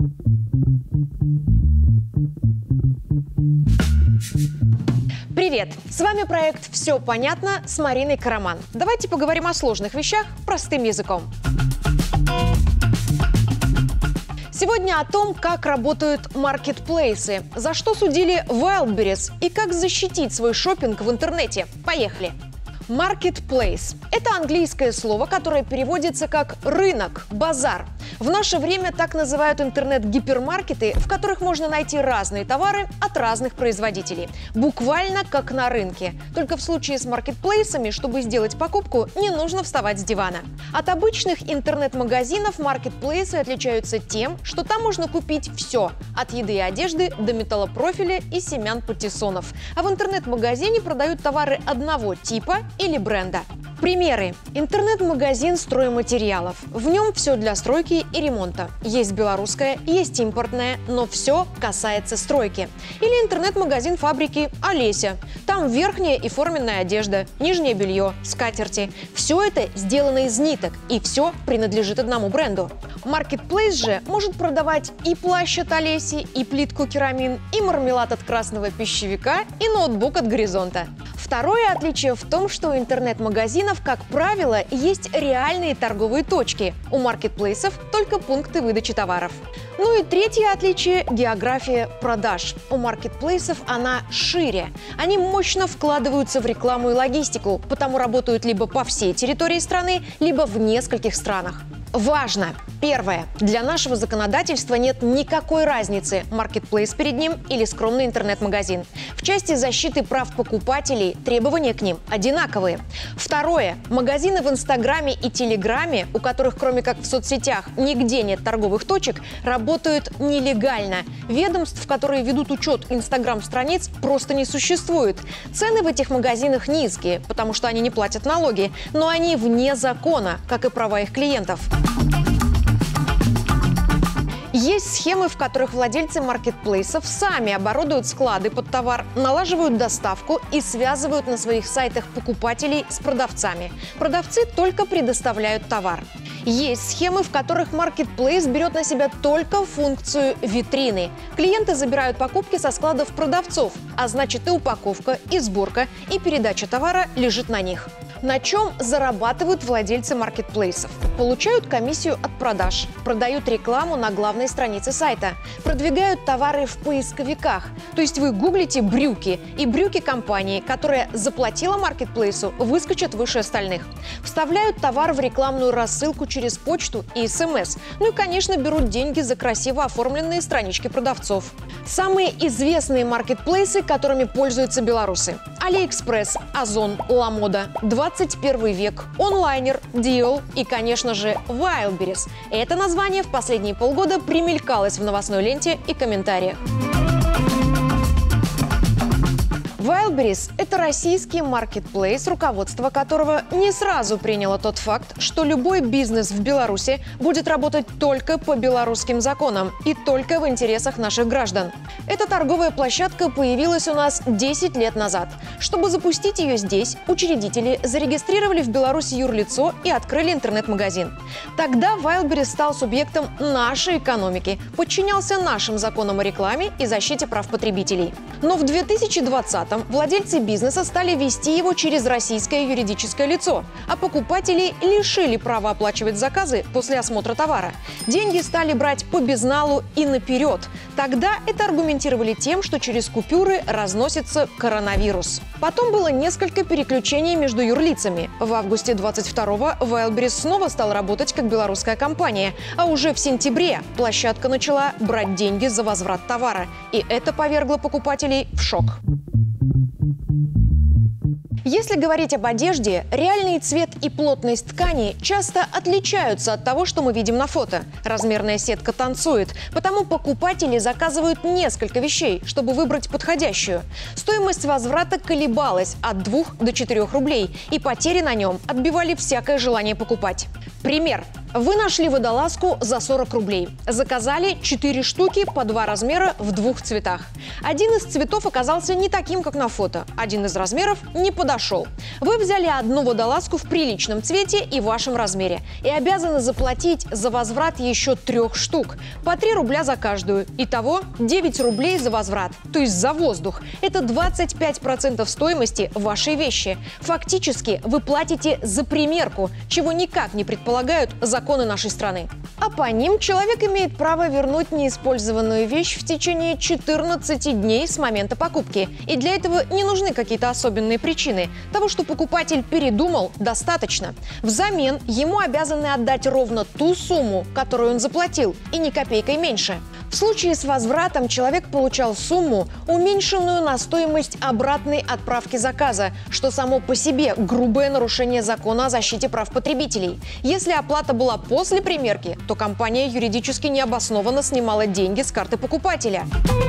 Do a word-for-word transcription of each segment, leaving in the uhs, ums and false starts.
Привет! С вами проект «Все понятно» с Мариной Караман. Давайте поговорим о сложных вещах простым языком. Сегодня о том, как работают маркетплейсы, за что судили Wildberries и как защитить свой шопинг в интернете. Поехали! Marketplace – это английское слово, которое переводится как «рынок», «базар». В наше время так называют интернет-гипермаркеты, в которых можно найти разные товары от разных производителей. Буквально как на рынке. Только в случае с маркетплейсами, чтобы сделать покупку, не нужно вставать с дивана. От обычных интернет-магазинов маркетплейсы отличаются тем, что там можно купить все – от еды и одежды до металлопрофиля и семян патиссонов. А в интернет-магазине продают товары одного типа или бренда. Примеры. Интернет-магазин стройматериалов. В нем все для стройки и ремонта. Есть белорусское, есть импортное, но все касается стройки. Или интернет-магазин фабрики «Олеся». Там верхняя и форменная одежда, нижнее белье, скатерти. Все это сделано из ниток, и все принадлежит одному бренду. Маркетплейс же может продавать и плащ от Олеси, и плитку керамин, и мармелад от красного пищевика, и ноутбук от Горизонта. Второе отличие в том, что у интернет-магазинов, как правило, есть реальные торговые точки. У маркетплейсов только пункты выдачи товаров. Ну и третье отличие – география продаж. У маркетплейсов она шире. Они мощно вкладываются в рекламу и логистику, потому работают либо по всей территории страны, либо в нескольких странах. Важно! Первое. Для нашего законодательства нет никакой разницы, маркетплейс перед ним или скромный интернет-магазин. В части защиты прав покупателей требования к ним одинаковые. Второе. Магазины в Инстаграме и Телеграме, у которых кроме как в соцсетях нигде нет торговых точек, работают нелегально. Ведомств, которые ведут учет Инстаграм-страниц, просто не существует. Цены в этих магазинах низкие, потому что они не платят налоги, но они вне закона, как и права их клиентов. Есть схемы, в которых владельцы маркетплейсов сами оборудуют склады под товар, налаживают доставку и связывают на своих сайтах покупателей с продавцами. Продавцы только предоставляют товар. Есть схемы, в которых маркетплейс берет на себя только функцию витрины. Клиенты забирают покупки со складов продавцов, а значит и упаковка, и сборка, и передача товара лежит на них. На чем зарабатывают владельцы маркетплейсов? Получают комиссию от продаж, продают рекламу на главной странице сайта, продвигают товары в поисковиках. То есть вы гуглите брюки, и брюки компании, которая заплатила маркетплейсу, выскочат выше остальных. Вставляют товар в рекламную рассылку через почту и эс эм эс. Ну и, конечно, берут деньги за красиво оформленные странички продавцов. Самые известные маркетплейсы, которыми пользуются белорусы: Алиэкспресс, Озон, Ламода, двадцать первый век, Онлайнер, Deal и, конечно же, Wildberries. Это название в последние полгода примелькалось в новостной ленте и комментариях. Wildberries – это российский маркетплейс, руководство которого не сразу приняло тот факт, что любой бизнес в Беларуси будет работать только по белорусским законам и только в интересах наших граждан. Эта торговая площадка появилась у нас десять лет назад. Чтобы запустить ее здесь, учредители зарегистрировали в Беларуси юрлицо и открыли интернет-магазин. Тогда Wildberries стал субъектом нашей экономики, подчинялся нашим законам о рекламе и защите прав потребителей. Но в две тысячи двадцатом владельцы бизнеса стали вести его через российское юридическое лицо, а покупателей лишили права оплачивать заказы после осмотра товара. Деньги стали брать по безналу и наперед. Тогда это аргументировали тем, что через купюры разносится коронавирус. Потом было несколько переключений между юрлицами. В августе двадцать второго Wildberries снова стал работать как белорусская компания, а уже в сентябре площадка начала брать деньги за возврат товара. И это повергло покупателей в шок. Если говорить об одежде, реальный цвет и плотность ткани часто отличаются от того, что мы видим на фото. Размерная сетка танцует, потому покупатели заказывают несколько вещей, чтобы выбрать подходящую. Стоимость возврата колебалась от двух до четырёх рублей, и потери на нем отбивали всякое желание покупать. Пример. Вы нашли водолазку за сорок рублей. Заказали четыре штуки по два размера в двух цветах. Один из цветов оказался не таким, как на фото. Один из размеров не подошел. Вы взяли одну водолазку в приличном цвете и вашем размере и обязаны заплатить за возврат еще трех штук. По три рубля за каждую. Итого девять рублей за возврат, то есть за воздух. Это двадцать пять процентов стоимости вашей вещи. Фактически вы платите за примерку, чего никак не предполагают законы нашей страны. А по ним человек имеет право вернуть неиспользованную вещь в течение четырнадцати дней с момента покупки. И для этого не нужны какие-то особенные причины. Того, что покупатель передумал, достаточно. Взамен ему обязаны отдать ровно ту сумму, которую он заплатил, и ни копейкой меньше. В случае с возвратом человек получал сумму, уменьшенную на стоимость обратной отправки заказа, что само по себе грубое нарушение закона о защите прав потребителей. Если оплата была после примерки, то компания юридически необоснованно снимала деньги с карты покупателя.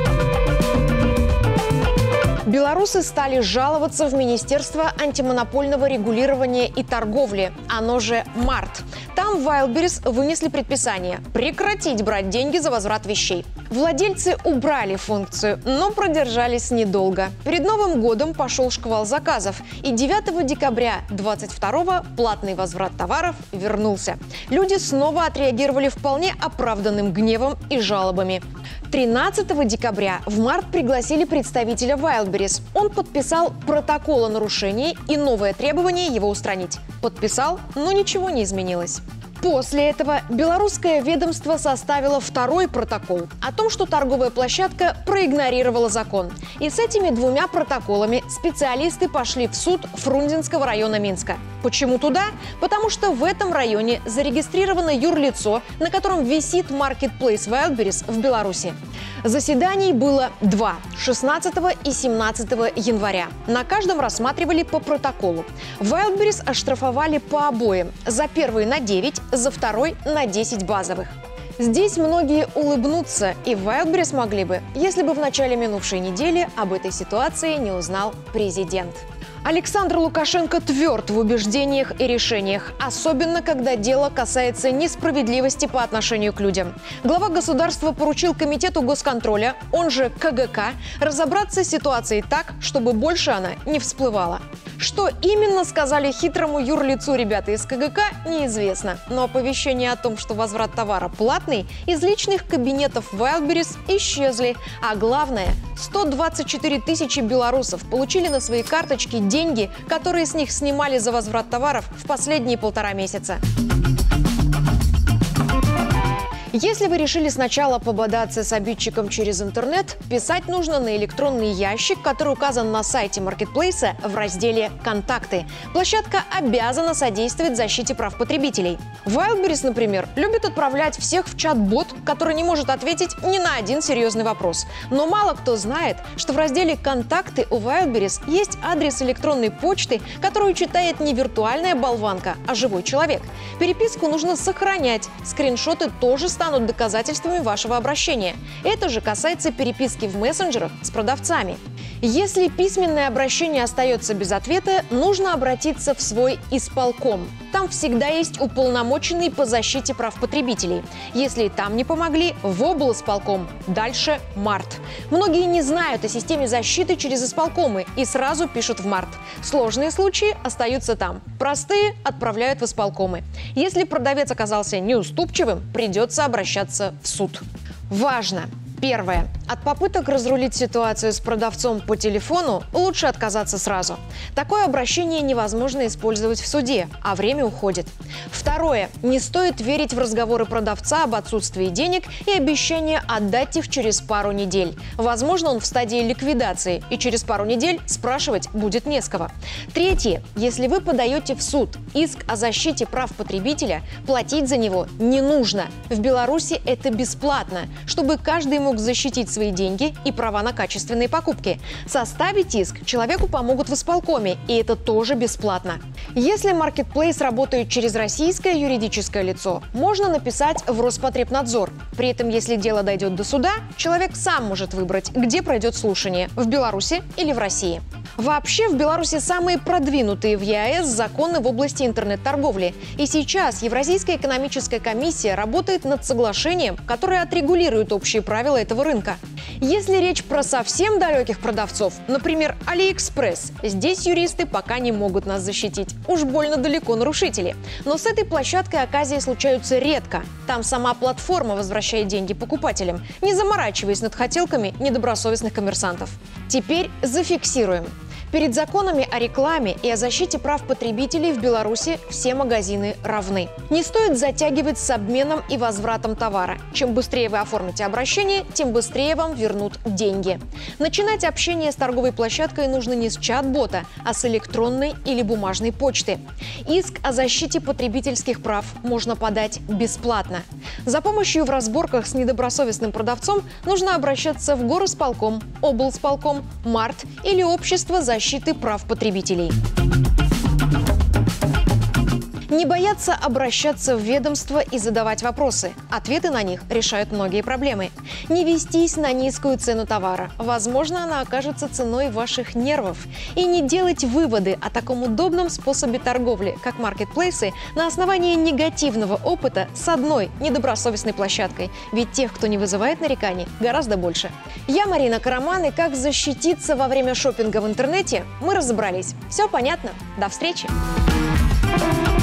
Белорусы стали жаловаться в Министерство антимонопольного регулирования и торговли, оно же МАРТ. Там в Wildberries вынесли предписание прекратить брать деньги за возврат вещей. Владельцы убрали функцию, но продержались недолго. Перед Новым годом пошел шквал заказов, и девятого декабря двадцать второго платный возврат товаров вернулся. Люди снова отреагировали вполне оправданным гневом и жалобами. тринадцатого декабря в МАРТ пригласили представителя Wildberries. Он подписал протокол о нарушении и новое требование его устранить. Подписал, но ничего не изменилось. После этого белорусское ведомство составило второй протокол о том, что торговая площадка проигнорировала закон. И с этими двумя протоколами специалисты пошли в суд Фрунзенского района Минска. Почему туда? Потому что в этом районе зарегистрировано юрлицо, на котором висит маркетплейс Wildberries в Беларуси. Заседаний было два – шестнадцатого и семнадцатого января. На каждом рассматривали по протоколу. Wildberries оштрафовали по обоим. За первый на девять, за второй на десять базовых. Здесь многие улыбнутся, и Wildberries могли бы, если бы в начале минувшей недели об этой ситуации не узнал президент. Александр Лукашенко тверд в убеждениях и решениях, особенно когда дело касается несправедливости по отношению к людям. Глава государства поручил Комитету госконтроля, он же ка гэ ка, разобраться с ситуацией так, чтобы больше она не всплывала. Что именно сказали хитрому юрлицу ребята из ка гэ ка, неизвестно. Но оповещение о том, что возврат товара платный, из личных кабинетов Wildberries исчезли. А главное, сто двадцать четыре тысячи белорусов получили на свои карточки деньги, которые с них снимали за возврат товаров в последние полтора месяца. Если вы решили сначала пободаться с обидчиком через интернет, писать нужно на электронный ящик, который указан на сайте маркетплейса в разделе «Контакты». Площадка обязана содействовать защите прав потребителей. Wildberries, например, любит отправлять всех в чат-бот, который не может ответить ни на один серьезный вопрос. Но мало кто знает, что в разделе «Контакты» у Wildberries есть адрес электронной почты, которую читает не виртуальная болванка, а живой человек. Переписку нужно сохранять, скриншоты тоже станут станут доказательствами вашего обращения. Это же касается переписки в мессенджерах с продавцами. Если письменное обращение остается без ответа, нужно обратиться в свой исполком. Там всегда есть уполномоченный по защите прав потребителей. Если там не помогли, в облисполком. Дальше МАРТ. Многие не знают о системе защиты через исполкомы и сразу пишут в МАРТ. Сложные случаи остаются там. Простые отправляют в исполкомы. Если продавец оказался неуступчивым, придется обращаться в суд. Важно! Первое. От попыток разрулить ситуацию с продавцом по телефону лучше отказаться сразу. Такое обращение невозможно использовать в суде, а время уходит. Второе. Не стоит верить в разговоры продавца об отсутствии денег и обещание отдать их через пару недель. Возможно, он в стадии ликвидации, и через пару недель спрашивать будет не с кого. Третье. Если вы подаете в суд иск о защите прав потребителя, платить за него не нужно. В Беларуси это бесплатно. Чтобы каждый мог смог защитить свои деньги и права на качественные покупки. Составить иск человеку помогут в исполкоме, и это тоже бесплатно. Если маркетплейс работает через российское юридическое лицо, можно написать в Роспотребнадзор. При этом, если дело дойдет до суда, человек сам может выбрать, где пройдет слушание – в Беларуси или в России. Вообще, в Беларуси самые продвинутые в ЕАЭС законы в области интернет-торговли. И сейчас Евразийская экономическая комиссия работает над соглашением, которое отрегулирует общие правила этого рынка. Если речь про совсем далеких продавцов, например, Алиэкспресс, здесь юристы пока не могут нас защитить. Уж больно далеко нарушители. Но с этой площадкой оказии случаются редко. Там сама платформа возвращает деньги покупателям, не заморачиваясь над хотелками недобросовестных коммерсантов. Теперь зафиксируем. Перед законами о рекламе и о защите прав потребителей в Беларуси все магазины равны. Не стоит затягивать с обменом и возвратом товара. Чем быстрее вы оформите обращение, тем быстрее вам вернут деньги. Начинать общение с торговой площадкой нужно не с чат-бота, а с электронной или бумажной почты. Иск о защите потребительских прав можно подать бесплатно. За помощью в разборках с недобросовестным продавцом нужно обращаться в горосполком, облсполком, МАРТ или общество защиты защиты прав потребителей. Не бояться обращаться в ведомство и задавать вопросы. Ответы на них решают многие проблемы. Не вестись на низкую цену товара. Возможно, она окажется ценой ваших нервов. И не делать выводы о таком удобном способе торговли, как маркетплейсы, на основании негативного опыта с одной недобросовестной площадкой. Ведь тех, кто не вызывает нареканий, гораздо больше. Я Марина Караман, и как защититься во время шопинга в интернете, мы разобрались. Все понятно? До встречи!